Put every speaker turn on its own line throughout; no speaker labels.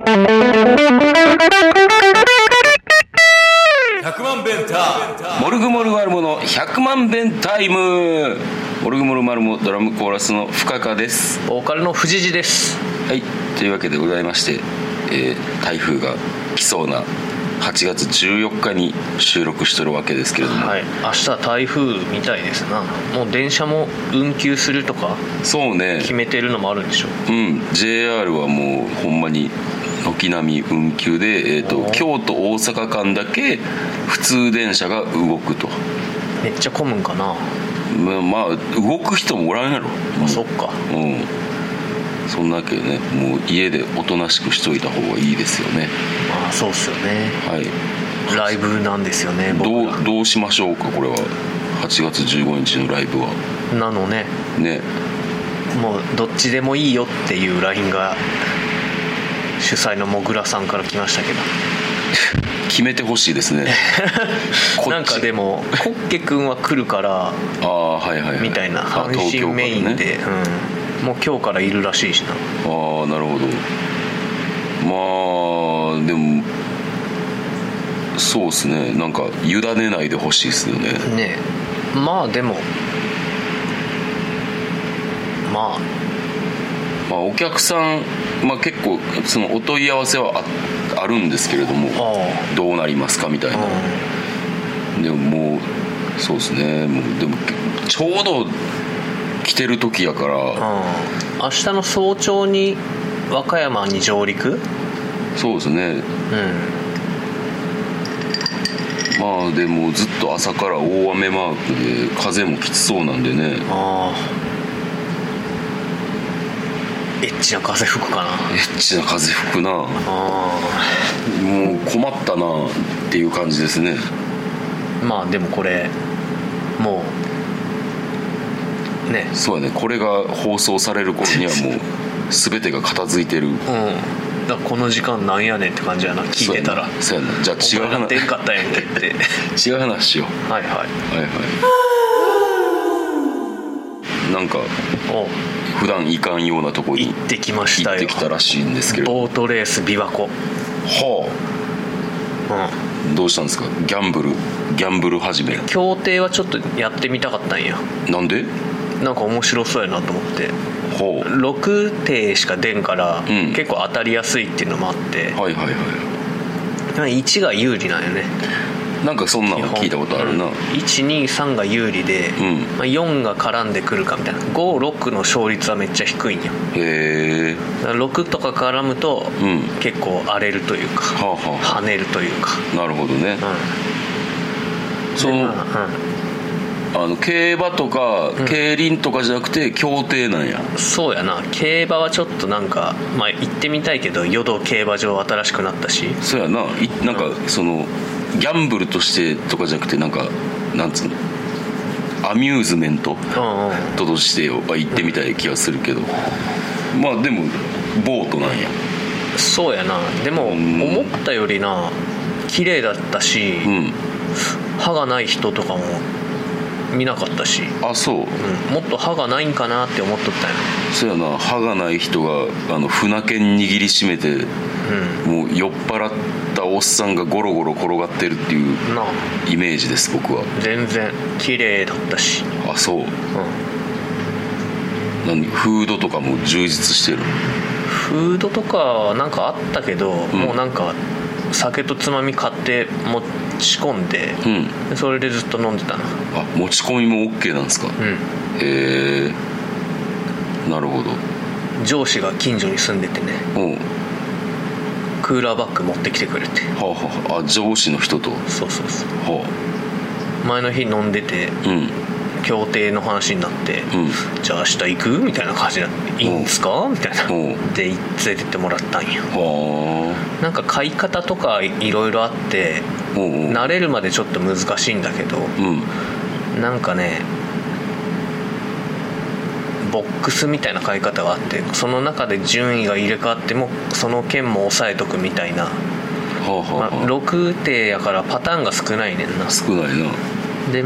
100万弁タモルグモルマルモの100万弁タイム。モルグモルマルモドラムコーラスの深川です。
ボーカルの藤次です。
はい、というわけでございまして、台風が来そうな8月14日に収録してるわけですけれども、
はい、明日台風みたいですな。もう電車も運休するとか
そうね
決めてるのもあるんでしょう。
うん、JR はもうほんまに軒並み運休で、京都大阪間だけ普通電車が動くと。
めっちゃ混むんかな。
まあ動く人もおらんやろ。
そっか。
そんなわけでね、もう家でおとなしくしといた方がいいですよね。
まあそうっすよね。
はい。
ライブなんですよね。
どうしましょうか、これは。8月15日のライブは
なのね。もうどっちでもいいよっていう LINE が主催のもぐらさんから来ましたけど
決めてほしいですね
なんかでもコッケ君は来るからみたいな、阪神メインで、もう今日からいるらしいしな。
なるほど。まあでもそうですね、なんか委ねないでほしいですよね。
まあでもまあお
客さん、結構そのお問い合わせは あるんですけれども、どうなりますかみたいな。でももうそうですね、もうでもちょうど来てる時やから、
明日の早朝に和歌山に上陸。
そうですね。まあでもずっと朝から大雨マークで風もきつそうなんでね。
エッチな風吹くかな。
エッチな風吹くな。もう困ったなっていう感じですね。
まあでもこれもうね、
そうやね、これが放送される頃にはもう全てが片付いてる。
だからこの時間なんやねんって感じやな、聞いてたら。
そうやな。じゃあ違う話
出んかったやんけって
違う話しよう。はいなんか普段行かんようなとこに
行ってきましたよ。
行ってきたらしいんですけど、
ボートレース琵琶湖。
どうしたんですか。ギャンブル始め。
競艇はちょっとやってみたかったんや。
なんで。
なんか面白そうやなと思って。6艇しか出んから、結構当たりやすいっていうのもあって、1が有利なんよね。
なんかそんなの聞いたことあるな。
123が有利で、4が絡んでくるかみたいな。5、6の勝率はめっちゃ低いんよ。
へえ。
6とか絡むと、結構荒れるというか、跳ねるというか。
なるほどね。競馬とか競輪とかじゃなくて競艇なんや。
そうやな。競馬はちょっとなんか、行ってみたいけど、淀競馬場新しくなったし。
そうやな。なんかそのギャンブルとしてとかじゃなくて、なんかなんつうの、アミューズメントとして行ってみたい気がするけど、まあでもボートなんや。
そうやな。でも思ったよりな、綺麗だったし、歯がない人とかも見なかったし。そう、もっと歯がないんかなって思っとったんや。
そうやな。歯がない人が船券握りしめて、もう酔っ払ったおっさんがゴロゴロ転がってるっていうイメージです、僕は。
全然綺麗だったし。
そう、フードとかも充実してる。
フードとかはなんかあったけど、もうなんか酒とつまみ買って持ち込んで、それでずっと飲んでたな。
持ち込みも OK なんですか。へえ。なるほど。
上司が近所に住んでてね、クーラーバッグ持ってきてくれて。
上司の人と。
そう前の日飲んでて、競艇の話になって、じゃあ明日行くみたいな感じになって、いいんですかみたいなで連れてってもらったんや。なんか買い方とかいろいろあって、慣れるまでちょっと難しいんだけど、なんかね、ボックスみたいな買い方があって、その中で順位が入れ替わってもその券も押さえとくみたいな。6艇やからパターンが少ないねんな。
少ないな。
で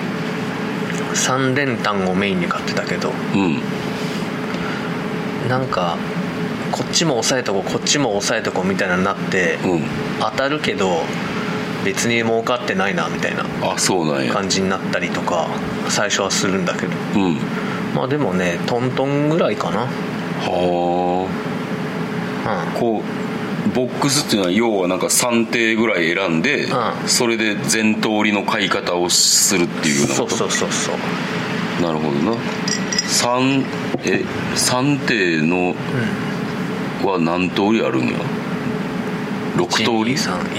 3連単をメインに買ってたけど、なんかこっちも抑えとこうこっちも抑えとこうみたいなになって、当たるけど別に儲かってないなみたいな感じになったりとか最初はするんだけど、まあでもねトントンぐらいかな。
はあ、こうボックスっていうのは要はなんか3手ぐらい選んで、それで全通りの買い方をするっていうようなこと。
そう
なるほどな。3手のは何通りあるんや。6通り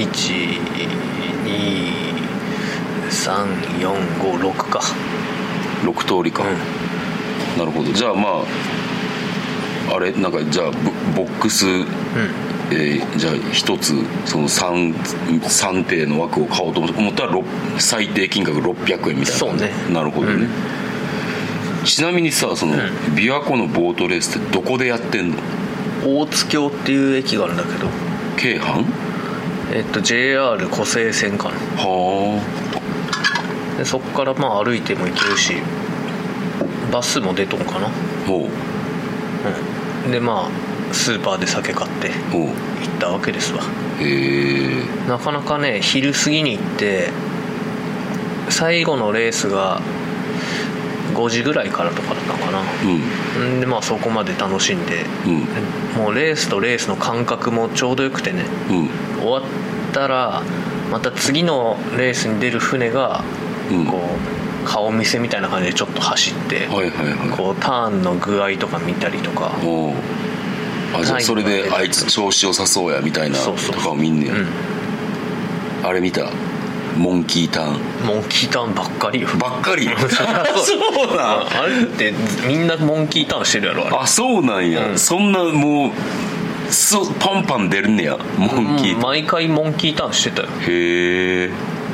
1,2,3,4,5,6 か
6通りか、なるほど。じゃあまああれなんかじゃあボックス、じゃあ一つその 3手の枠を買おうと思ったら最低金額600円みたいな。
そうね。
なるほどね、ちなみにさその琵琶湖のボートレースってどこでやってんの？
大津峡っていう駅があるんだけど。
京阪
？JR 湖西線かな。
は
あ。でそっからまあ歩いても行けるしバスも出とんかな。
ほ
う。でまあスーパーで酒買って行ったわけですわ。
へえ。
なかなかね昼過ぎに行って最後のレースが5時ぐらいからとかだったのかな、でまあそこまで楽しんで、もうレースとレースの間隔もちょうどよくてね、終わったらまた次のレースに出る船がこう顔見せみたいな感じでちょっと走って、こうターンの具合とか見たりとか。
じゃあそれであいつ調子良さそうやみたいなとかを見んねん、あれ見た？モンキーターンばっかりよ。そうなん
あれってみんなモンキーターンしてるやろあれ。
あそうなんや、そんなもうパンパン出るねやモンキーターン、
毎回モンキーターンしてたよ。
へ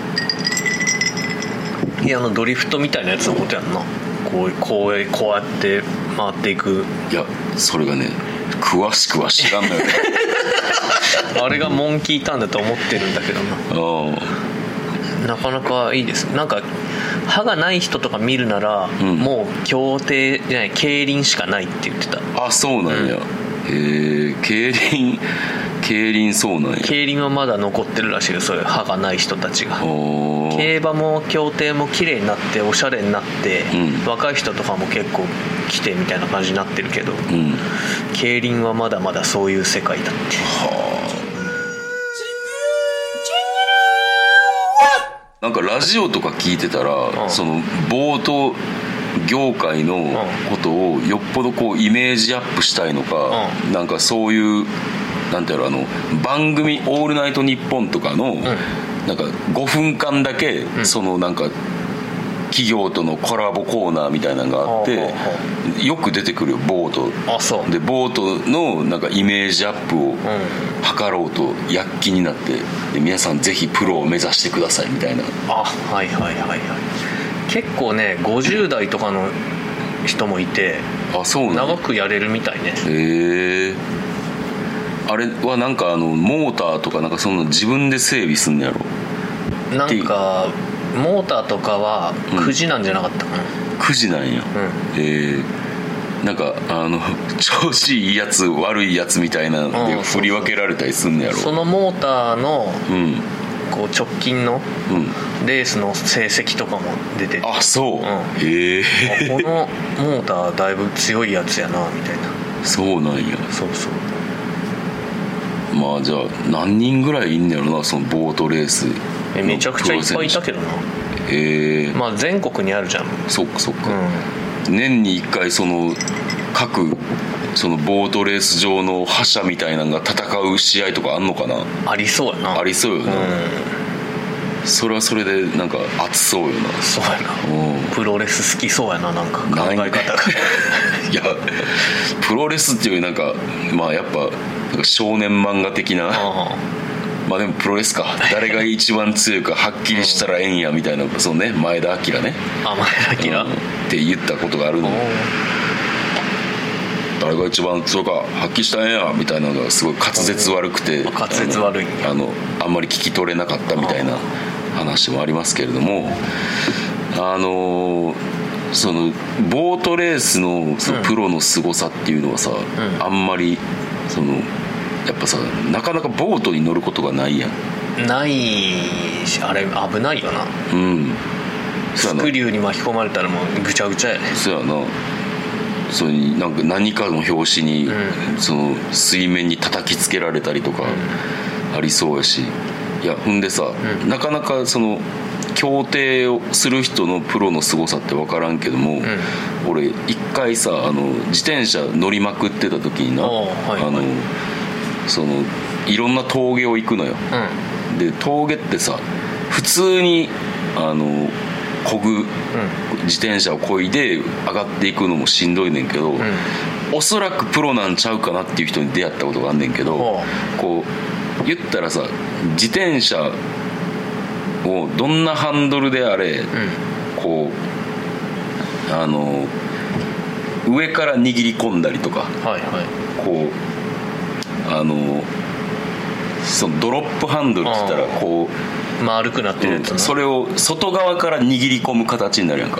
え。
ドリフトみたいなやつのことやんな。こうやって回っていく。
いやそれがね詳しくは知らんのよね
あれがモンキーターンだと思ってるんだけどな。なかなかいいです。なんか歯がない人とか見るなら、もう競艇じゃない競輪しかないって言ってた。
あそうなんや、競輪そうなんや。
競輪はまだ残ってるらしいよ、そういう歯がない人たちが。競馬も競艇も綺麗になっておしゃれになって、若い人とかも結構来てみたいな感じになってるけど、競輪はまだまだそういう世界だって。
なんかラジオとか聞いてたら、そのボート業界のことをよっぽどこうイメージアップしたいのか、なんかそういうなんていうの番組「オールナイトニッポン」とかの、なんか5分間だけ、そのなんか企業とのコラボコーナーみたいなのがあって、よく出てくるよボート。でボートのなんかイメージアップを図ろうと躍起になって、で皆さんぜひプロを目指してくださいみたいな。
結構ね50代とかの人もいて、
そうなん
長くやれるみたいね。
へえ。あれはなんかモーターとかなんかその自分で整備すんのやろ。
なんかモーターとかは9時なんじゃなかったかな。
9時なんや。なんか調子いいやつ悪いやつみたいなので振り分けられたりすんのやろ。
そのモーターの、こう直近のレースの成績とかも出てて、
そう、へえ。
このモーターだいぶ強いやつやなみたいな。
そうなんや。
そう
まあじゃあ何人ぐらいいんねやろな、そのボートレース。
めちゃくちゃいっぱいいたけどな。まあ全国にあるじゃん。
そっか、年に1回その各そのボートレース場の覇者みたいなのが戦う試合とかあんのかな。
ありそうやな。
ありそうよね、それはそれでなんか熱そうよな。
そうやな。プロレス好きそうやな、なんか考え方がい
やプロレスっていうよりなんかまあやっぱなんか少年漫画的なまあでもプロレスか、誰が一番強いかはっきりしたらええんやみたいな、そうね、前田明ね。
前田明、
って言ったことがあるの。誰が一番強いかはっきりしたらええんやみたいなのがすごい滑舌悪くて、
滑舌悪い
あんまり聞き取れなかったみたいな話もありますけれども、そのボートレースのそのプロの凄さっていうのはさ、あんまりそのやっぱさ、なかなかボートに乗ることがないやん。
ないし、あれ危ないよな。
うん。
スクリューに巻き込まれたらもうぐちゃぐちゃやね。
そうやな。それになんか何かの拍子に、その水面に叩きつけられたりとかありそうやし、いやほんでさ、なかなかその競艇をする人のプロの凄さって分からんけども、俺一回さ自転車乗りまくってた時にな、そのいろんな峠を行くのよ、で峠ってさ普通に漕ぐ、自転車を漕いで上がっていくのもしんどいねんけど、おそらくプロなんちゃうかなっていう人に出会ったことがあんねんけど、こう言ったらさ、自転車をどんなハンドルであれ、こう上から握り込んだりとか、こうそのドロップハンドルって言ったらこう
丸くなってるやつな、
それを外側から握り込む形になるやんか。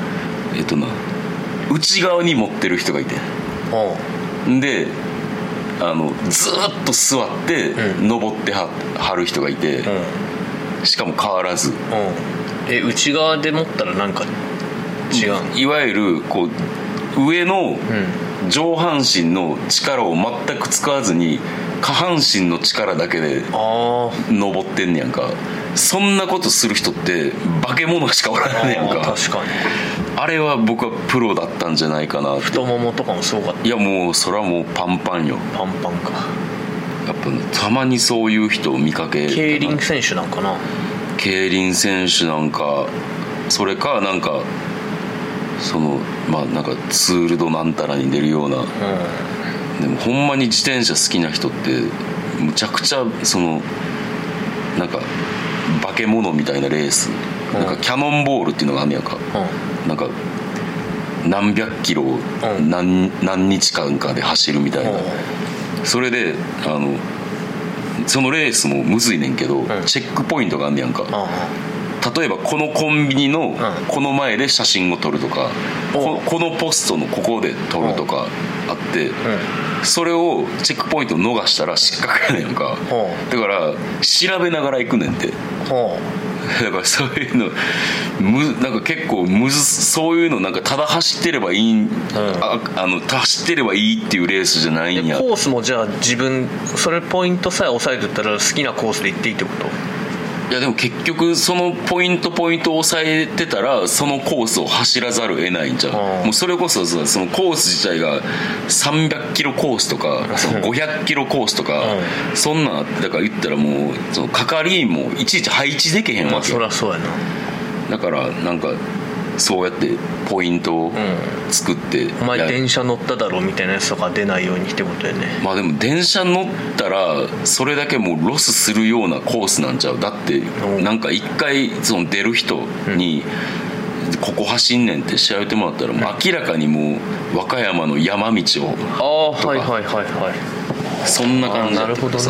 内側に持ってる人がいて、でずっと座って登ってはる人がいて、しかも変わらず、
内側で持ったらなんか違う、
いわゆるこう上の上半身の力を全く使わずに下半身の力だけで登ってんねやんか。そんなことする人って化け物しかおらんねやんか。
確かに
あれは僕はプロだったんじゃないかなって。
太ももとかもすごかった。
いやもうそれはもうパンパンよ。
パンパンか。
やっぱたまにそういう人を見かけ。
競輪選手なんかな。
競輪選手なんか、それかなんかそのなんかツールドなんたらに出るような、でもほんまに自転車好きな人ってむちゃくちゃそのなんか化け物みたいなレース、なんかキャノンボールっていうのがあんねやんか、なんか何百キロを何日間かで走るみたいな、それでそのレースもむずいねんけど、チェックポイントがあんねやんか。例えばこのコンビニのこの前で写真を撮るとか、このポストのここで撮るとかあって、それをチェックポイントを逃したら失格やねんか。だから調べながら行くねんて。だからそういうのなんか結構そういうのなんかただ走ってればいい、走ってればいいっていうレースじゃないんや。
コースもじゃあ自分それポイントさえ押さえてったら好きなコースで行っていいってこと？
いやでも結局そのポイントを抑えてたらそのコースを走らざるを得ないんじゃん。もうそれこそそのコース自体が300キロコースとか500キロコースとか、そんなだから言ったらもうその係員もいちいち配置できへんわけよ。
そりゃそうやな。
だからなんかそうやってポイントを作って、
お前電車乗っただろみたいなやつとか出ないようにってことやね。
まあでも電車乗ったらそれだけもうロスするようなコースなんちゃう。だってなんか一回その出る人にここ走んねんって調べてもらったら、明らかにもう和歌山の山道をとか、そんな感じだったからさ。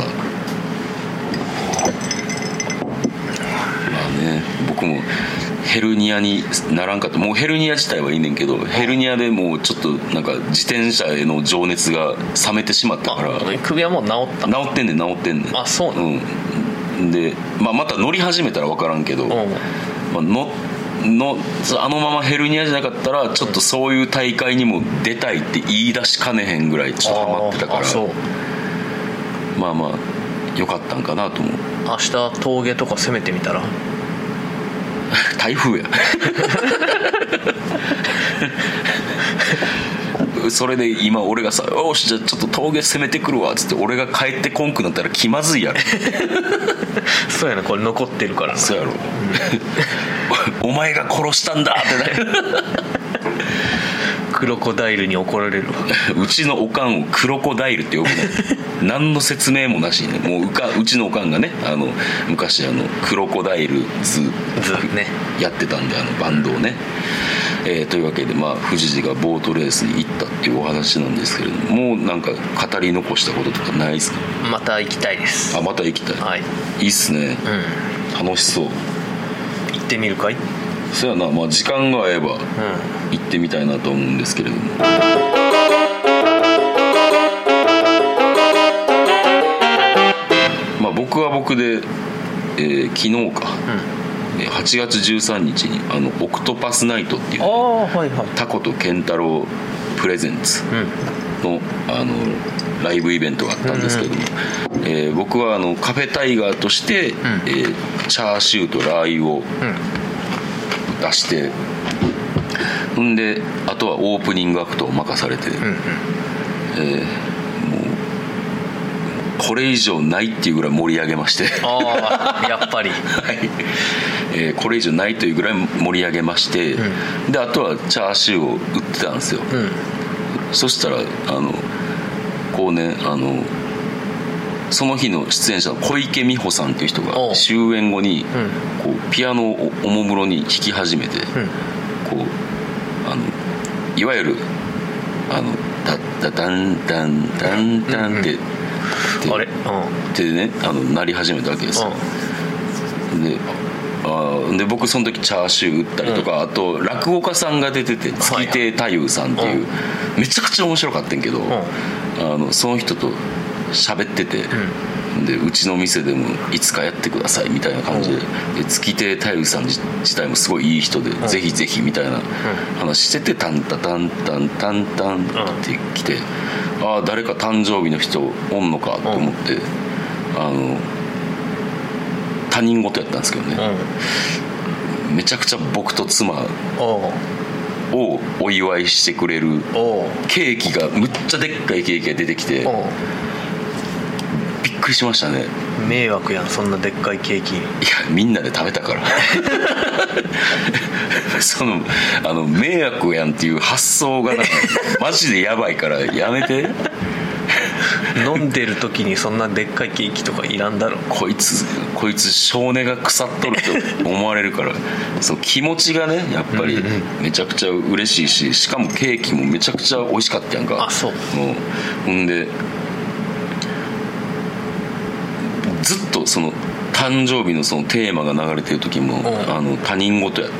まあね、僕もヘルニアにならんかった。もうヘルニア自体はいいねんけど、ヘルニアでもうちょっとなんか自転車への情熱が冷めてしまったから。
首はもう治った？
治ってんねん。
あ、そうな
の。で、また乗り始めたら分からんけど、あのままヘルニアじゃなかったらちょっとそういう大会にも出たいって言い出しかねへんぐらいちょっとハマってたから、まあよかったんかなと思う。
明日峠とか攻めてみたら
台風やそれで今俺がさ、よしじゃあちょっと峠攻めてくるわっつって俺が帰ってこんくなったら気まずいやろ
そうやな、これ残ってるからな。
そうやろ、お前が殺したんだってなる
クロコダイルに怒られるわ
うちのおかんをクロコダイルって呼ぶね何の説明もなしにね、もううちのおかんがね昔クロコダイルズ
ね
やってたんでバンドをね、というわけで藤次がボートレースに行ったっていうお話なんですけれども、もうなんか語り残したこととかないですか？
また行きたいです。
また行きたい、
はい、
いいっすね、楽しそう。
行ってみるかい？
そうやな、時間が合えば行ってみたいなと思うんですけれども、 僕は僕で、昨日か、8月13日にオクトパスナイトっていう、タコとケンタロウプレゼンツの、ライブイベントがあったんですけども、僕はカフェタイガーとして、チャーシューとラー油を出して、んであとはオープニングアクトを任されて、もうこれ以上ないっていうぐらい盛り上げまして、
やっぱり、
はいこれ以上ないというぐらい盛り上げまして、であとはチャーシューを売ってたんですよ、そしたらこうねその日の出演者の小池美穂さんっていう人が終演後にこうピアノをおもむろに弾き始めて、こういわゆるダッダダンダンダンダンって、でね鳴り始めたわけですよ、で僕その時チャーシュー打ったりとか、あと落語家さんが出てて月亭太夫さんっていう、めちゃくちゃ面白かったんけど、その人と喋ってて、でうちの店でもいつかやってくださいみたいな感じで、月亭太夫さん自体もすごいいい人で、ぜひぜひみたいな話してて、タンタタンタンタンタンって来て、誰か誕生日の人おんのかと思って、他人事やったんですけどね、めちゃくちゃ僕と妻をお祝いしてくれるケーキが、むっちゃでっかいケーキが出てきて、びっくりしましたね。
迷惑やん、そんなでっかいケーキ。いや
みんなで食べたから迷惑やんっていう発想がマジでやばいからやめて
飲んでる時にそんなでっかいケーキとかいらんだろ。
こいつ性根が腐っとると思われるからそう気持ちがねやっぱりめちゃくちゃ嬉しいし、しかもケーキもめちゃくちゃ美味しかったやんか。
そう。
ほんでずっとその誕生日のそのテーマが流れてる時も他人事やって、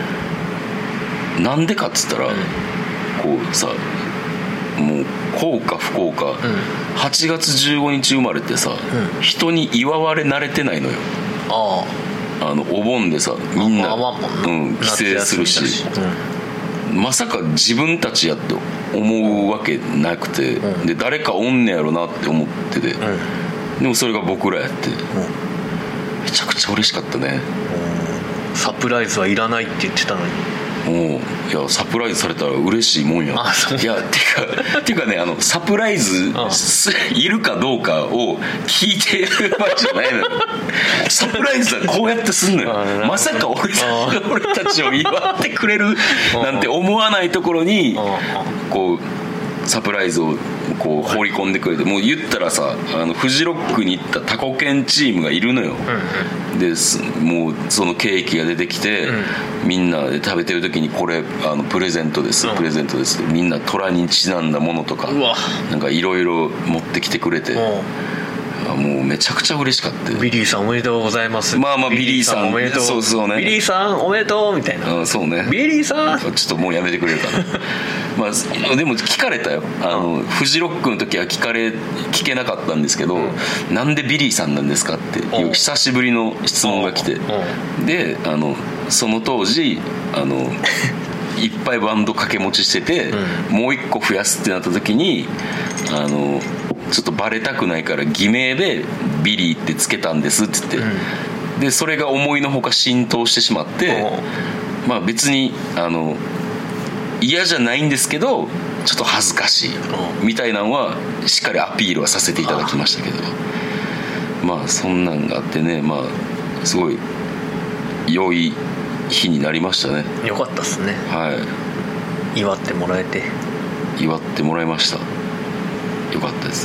なんでかっつったら、こうさ、もう幸か不幸か、8月15日生まれてさ、人に祝われ慣れてないのよ。お盆でさみんな、帰省するし、まさか自分たちやって思うわけなくて、で誰かおんねやろなって思ってて、でもそれが僕らやって、めちゃくちゃ嬉しかったね。
サプライズはいらないって言ってたのに。
いやサプライズされたら嬉しいもんや。いやていうかねサプライズいるかどうかを聞いてる場合じゃないのよサプライズはこうやってすんのよ。まさか俺たちを祝ってくれるなんて思わないところにこうサプライズをこう放り込んでくれて、もう言ったらさフジロックに行ったタコケンチームがいるのよ、でもうそのケーキが出てきて、みんなで食べてる時にこれプレゼントです、プレゼントです、みんな虎にちなんだものとかなんかいろいろ持ってきてくれて、もうめちゃくちゃ嬉しかった。
ビリーさんおめでとうございます。
まあビリーさん
おめでとう。
そうね、
ビリーさんおめでとうみたいな。
そうね、
ビリーさん
ちょっともうやめてくれるかなまあでも聞かれたよ。フジロックの時は聞けなかったんですけど、なんでビリーさんなんですかっていう久しぶりの質問が来て、でその当時いっぱいバンド掛け持ちしてて、もう一個増やすってなった時にちょっとバレたくないから偽名でビリーってつけたんですって言って、でそれが思いのほか浸透してしまって、まあ別に嫌じゃないんですけどちょっと恥ずかしいみたいなのはしっかりアピールはさせていただきましたけど、まあそんなんがあってね、まあすごい良い日になりましたね。
よかったっすね。祝ってもらえて。
祝ってもらいました。よかったです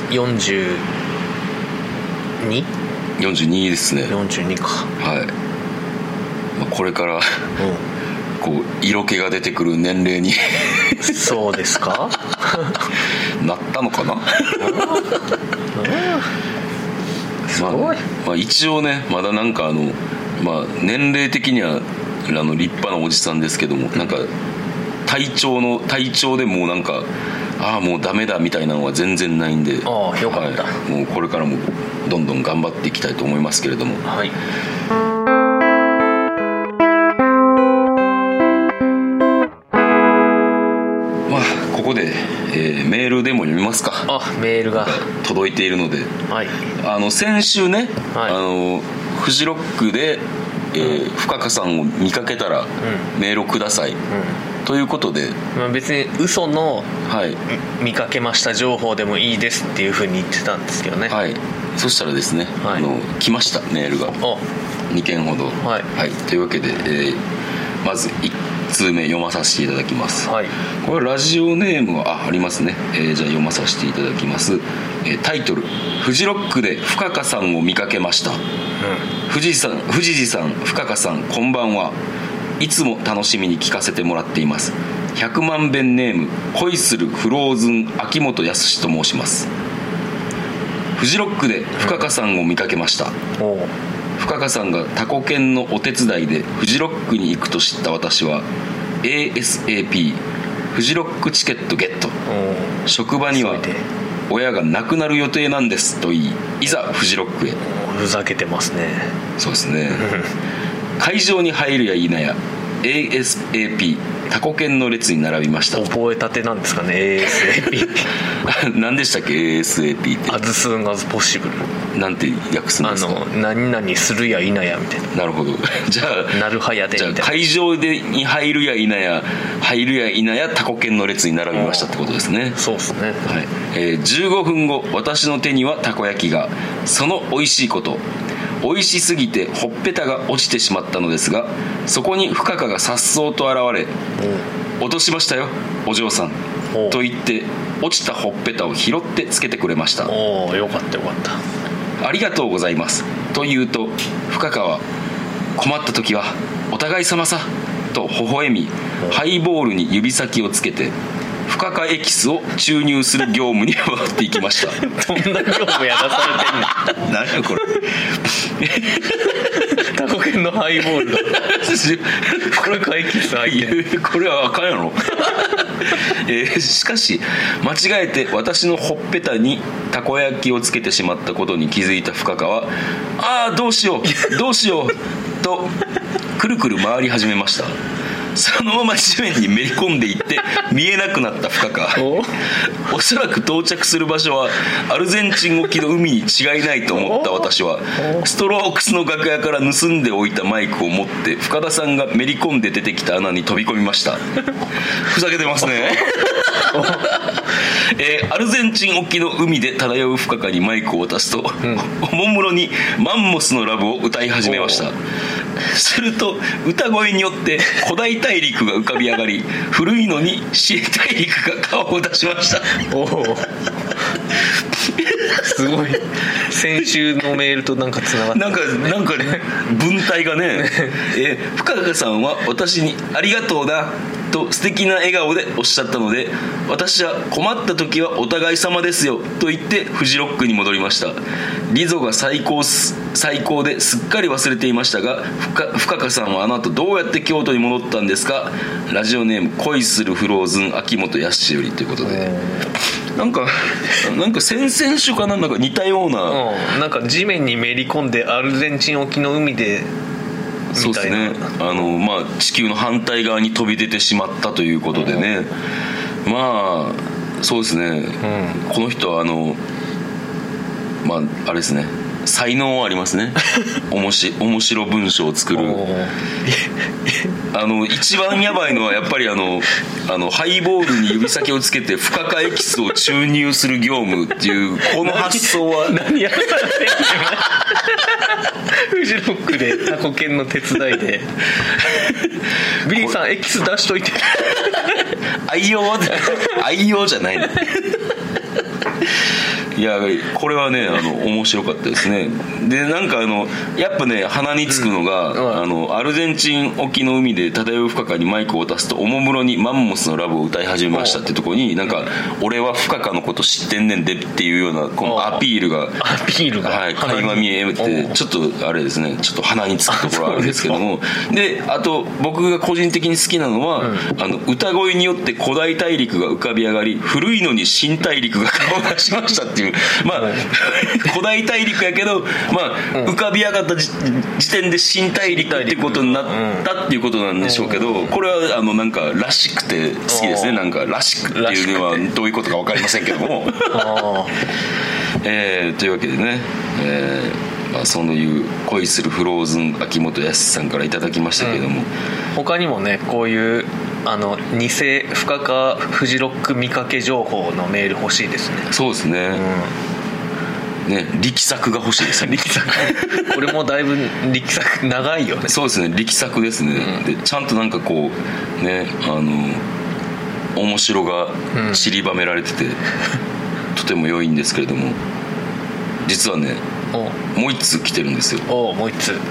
。42ですね。
42か。
まあ、これからこう色気が出てくる年齢に
そうですか
なったのかな
すごい。
まあ一応ねまだなんかまあ年齢的には立派なおじさんですけども、なんか体調でもうなんかもうダメだみたいなのは全然ないんで、
よかった。
もうこれからもどんどん頑張っていきたいと思いますけれども、
はい、
ここで、メールでも読みますか。
メールが
届いているので、
はい、
先週ね、
はい、
フジロックで、深川さんを見かけたらメールをください、ということで、
別に嘘の、見かけました情報でもいいですっていうふうに言ってたんですけどね。
はい、そしたらですね、来ましたメールが2件ほど、というわけで、まず1通目読まさせていただきます、これラジオネームはありますね、じゃあ読まさせていただきます、タイトル、フジロックで深川さんを見かけました、藤次さん、深川さん、こんばんは。いつも楽しみに聞かせてもらっています。100万遍ネーム恋するフローズン秋元康と申します。フジロックで深川さんを見かけました、深川さんがタコ犬のお手伝いでフジロックに行くと知った私は ASAP フジロックチケットゲット、職場には親が亡くなる予定なんですと言い、いざフジロックへ。
ふざけてますね。
そうですね会場に入るや否や ASAP タコ犬の列に並びました。
覚えたてなんですかね ASAP
何でしたっけ ASAP って。
As soon as possible
なんて訳すんですか。
何々するや否やみたいな。
なるほどじゃあ
なるはやでみたいな。
じゃあ会場に入るや否やタコ犬の列に並びましたってことですね。
そうですね、
15分後、私の手にはたこ焼きが。その美味しいこと、美味しすぎてほっぺたが落ちてしまったのですが、そこに深川がさっそうと現れ、落としましたよお嬢さんと言って落ちたほっぺたを拾ってつけてくれました。
よかったよかった。
ありがとうございますと言うと、深川は困った時はお互い様さと微笑み、ハイボールに指先をつけて深川エキスを注入する業務に回っていきました
どんな業務やらされてんの
何やこれ
タコ犬のハイボールが深川エキス入ってる
これはあかんやろしかし間違えて私のほっぺたにたこ焼きをつけてしまったことに気づいた深川は、どうしようとくるくる回り始めました。そのまま地面にめり込んでいって見えなくなった深川。おそらく到着する場所はアルゼンチン沖の海に違いないと思った私は、ストロークスの楽屋から盗んでおいたマイクを持って深田さんがめり込んで出てきた穴に飛び込みました。ふざけてますねアルゼンチン沖の海で漂う深川にマイクを渡すと、おもむろにマンモスのラブを歌い始めました。すると歌声によって古代大陸が浮かび上がり、古いのに新大陸が顔を出しました。
すごい先週のメールとなんかつながって
なんかね文体がね深川さんは私にありがとうなと素敵な笑顔でおっしゃったので、私は困った時はお互い様ですよと言ってフジロックに戻りました。リゾが最高ですっかり忘れていましたが、深川さんはあの後どうやって京都に戻ったんですか。ラジオネーム恋するフローズン秋元康よりということで、なんか先々週かなんか似たような、
なんか地面にめり込んでアルゼンチン沖の海で
そうですね、地球の反対側に飛び出てしまったということでね、そうですね、この人はあれですね、才能ありますね面白文章を作る一番やばいのはやっぱりハイボールに指先をつけて深川エキスを注入する業務っていうこの発想は
何やらされてんのフジロックでタコ犬の手伝いでビリーさんエキス出しといて
愛用じゃないのいやこれはね面白かったですね。でなんかやっぱね鼻につくのが、アルゼンチン沖の海で漂う深川にマイクを渡すとおもむろにマンモスのラブを歌い始めましたってところに、なんか俺は深川のこと知ってんねんでっていうようなこのアピールがはい垣間見えて、ちょっとあれですね、ちょっと鼻につくところあるんですけどもであと僕が個人的に好きなのは、歌声によって古代大陸が浮かび上がり、古いのに新大陸が顔を出しましたっていういうまあ古代大陸やけど、まあ浮かび上がった時点で新大陸ってことになったっていうことなんでしょうけど、これはなんからしくて好きですね。なんからしくっていうのはどういうことか分かりませんけどもというわけでね、まあ、そういう恋するフローズン秋元康さんからいただきましたけれども、
他にもねこういう偽深川フジロック見かけ情報のメール欲しいですね。
そうですね、ね、力作が欲しいですね。
力作これもだいぶ力作長いよね。
そうですね、力作ですね、でちゃんとなんかこうね面白が散りばめられてて、とても良いんですけれども、実はねもう一通来てるんですよ。
もう一通、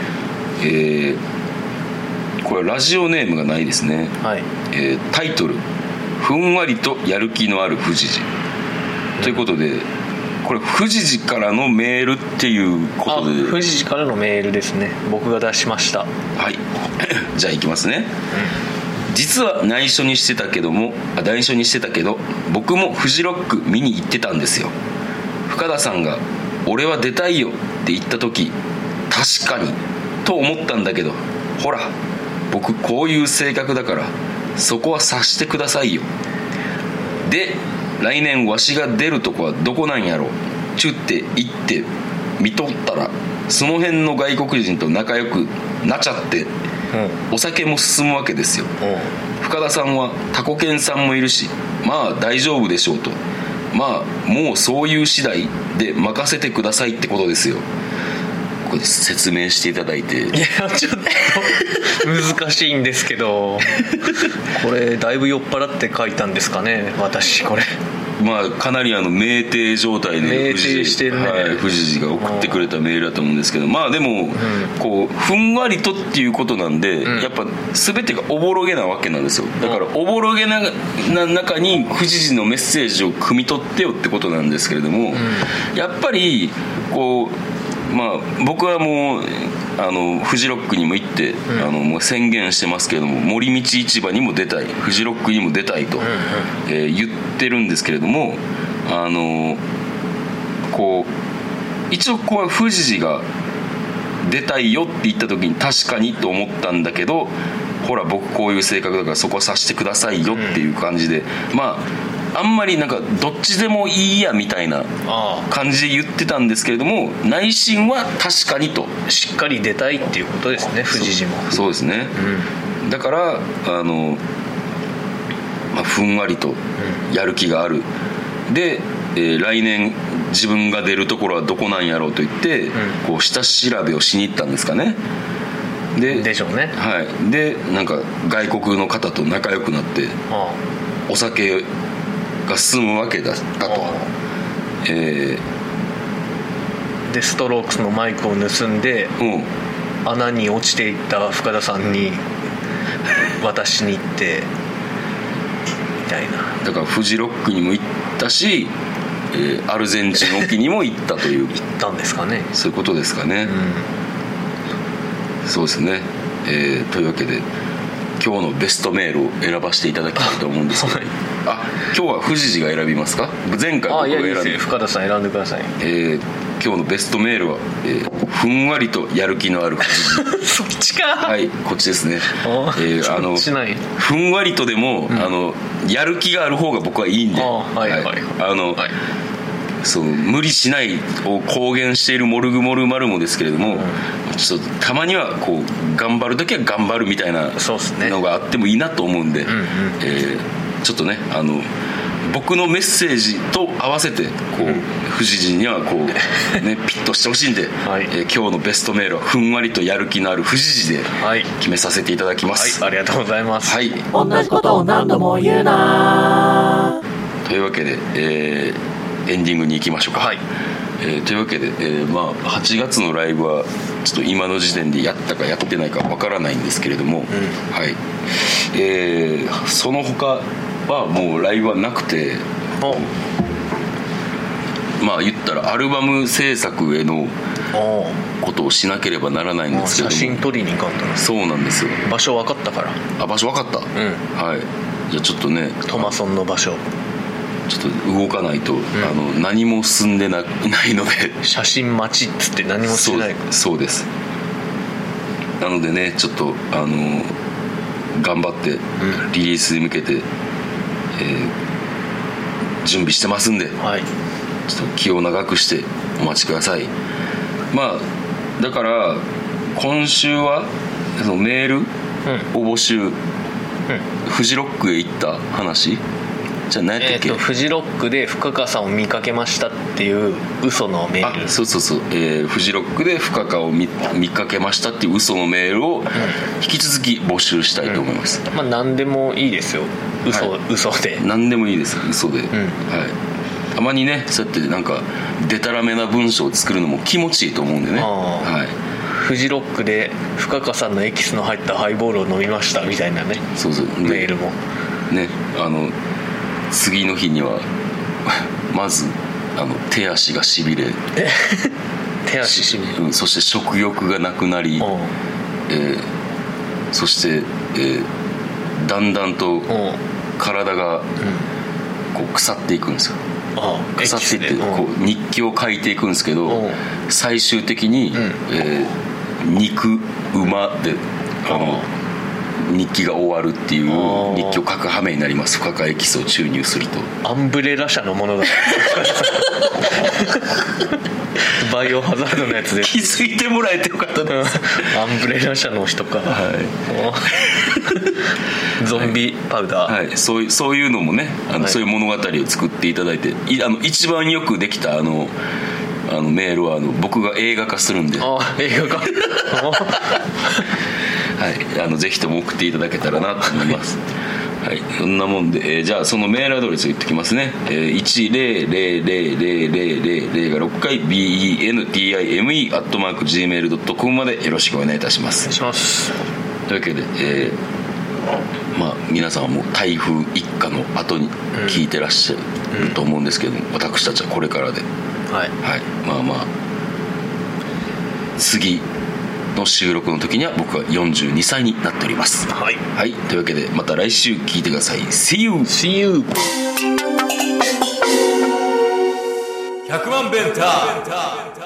これはラジオネームがないですね、はい。タイトルふんわりとやる気のある富士寺、ということで、これ富士寺からのメールっていうことで。
富士寺からのメールですね。僕が出しました。
はいじゃあいきますね、実は内緒にしてたけど僕もフジロック見に行ってたんですよ。深田さんが俺は出たいよって言った時、確かにと思ったんだけど、ほら僕こういう性格だからそこは察してくださいよ。で来年わしが出るとこはどこなんやろちゅって言って見とったら、その辺の外国人と仲良くなっちゃって、お酒も進むわけですよ。深田さんはタコケンさんもいるし、まあ大丈夫でしょうと、まあもうそういう次第で任せてくださいってことですよ。これ説明していただいて。い
やちょっと難しいんですけどこれだいぶ酔っ払って書いたんですかね、私これ。
まあかなり酩酊状態で
酩酊してるね、
はい、藤寺が送ってくれたメールだと思うんですけど、まあでも、こうふんわりとっていうことなんで、やっぱ全てがおぼろげなわけなんですよ。だからおぼろげな中に藤寺のメッセージを汲み取ってよってことなんですけれども、やっぱりこうまあ僕はもうフジロックにも行って、もう宣言してますけれども、森道市場にも出たい、フジロックにも出たいと、言ってるんですけれども、こう一応こう富士寺が出たいよって言った時に確かにと思ったんだけど、ほら僕こういう性格だからそこはさしてくださいよっていう感じで、まああんまりなんかどっちでもいいやみたいな感じで言ってたんですけれども、内心は確かにと
しっかり出たいっていうことですね、富士寺も。
そうですね、だからまあ、ふんわりとやる気がある、で、来年自分が出るところはどこなんやろうと言って、こう下調べをしに行ったんですかね。
でしょうね、
はい、でなんか外国の方と仲良くなってお酒が進むわけだったと、
でストロークスのマイクを盗んで、穴に落ちていった深田さんに渡しに行ってみたいな。
だからフジロックにも行ったし、アルゼンチン沖にも行ったという
行ったんですかね。
そういうことですかね、そうですね、というわけで今日のベストメールを選ばせていただきたいと思うんですけど、今日は藤寺が選びますか。前回僕が選んで、
いいですよ、深田さん選んでください。
今日のベストメールは、ふんわりとやる気のある藤寺
そっちか。
はい、こっちですね。
そっちない。
ふんわりとでも、やる気がある方が僕はいいんで、そう無理しないを公言しているモルグモルマルモですけれども、ちょっとたまにはこう頑張るときは頑張るみたいなのがあってもいいなと思うんで、ちょっとね僕のメッセージと合わせてこう藤寺にはこう、ね、ピッとしてほしいんで、今日のベストメールはふんわりとやる気のある藤寺で決めさせていただきます。
ありがとうございます。
同じことを何度も言うな。
というわけで、エンディングに行きましょうか。というわけで、8月のライブはちょっと今の時点でやったかやってないかわからないんですけれども、その他はもうライブはなくて、言ったらアルバム制作へのことをしなければならないんですけども、
写真撮りに行かんとな。
そうなんですよ。
場所分かったから。
場所分かった。じゃあちょっとね、
トマソンの場所
ちょっと動かないと、何も進んでないので
写真待ちっつって何もしてない。
そうです。なのでねちょっと頑張ってリリースに向けて、準備してますんで、はい、ちょっと気を長くしてお待ちください。まあだから今週はそのメールを募集、フジロックへ行った話じゃあ何やったっけ、
フジロックで深川さんを見かけましたっていう嘘のメール。
そう、フジロックで深川を 見かけましたっていう嘘のメールを引き続き募集したいと思います。
まあ何でもいいですよ。嘘で
何でもいいです。嘘で、はい。たまにねそうやってなんかデタラメな文章を作るのも気持ちいいと思うんでね。はい。
フジロックで深川さんのエキスの入ったハイボールを飲みましたみたいなね。
そう
メールも
ね次の日にはまず手足がしびれ
手足しびれ、
そして食欲がなくなり、そして、だんだんと体がこう腐っていくんですよ。腐っていってこう日記を書いていくんですけど、最終的に、肉馬で日記が終わるっていう日記を書く羽目になります。深川エキスを注入すると。
アンブレラ社のものだバイオハザードのやつで
気づいてもらえてよかったです。
アンブレラ社の人か、はい、ゾンビパウダー、
はい、そういうのもねそういう物語を作っていただいて、一番よくできたメールは僕が映画化するんで。
映画化
はい、ぜひとも送っていただけたらなと思います。はい、そんなもんで、じゃあそのメールアドレス言ってきますね。1000000が6回 bentime@gmail.com までよろしくお願いいたします。
お願いします。
というわけで、皆さんはもう台風一過の後に聞いてらっしゃると思うんですけども、私たちはこれからで、はい、次の収録の時には僕は42歳になっております。はい、はい、というわけでまた来週聞いてください。 See you
100万ベンター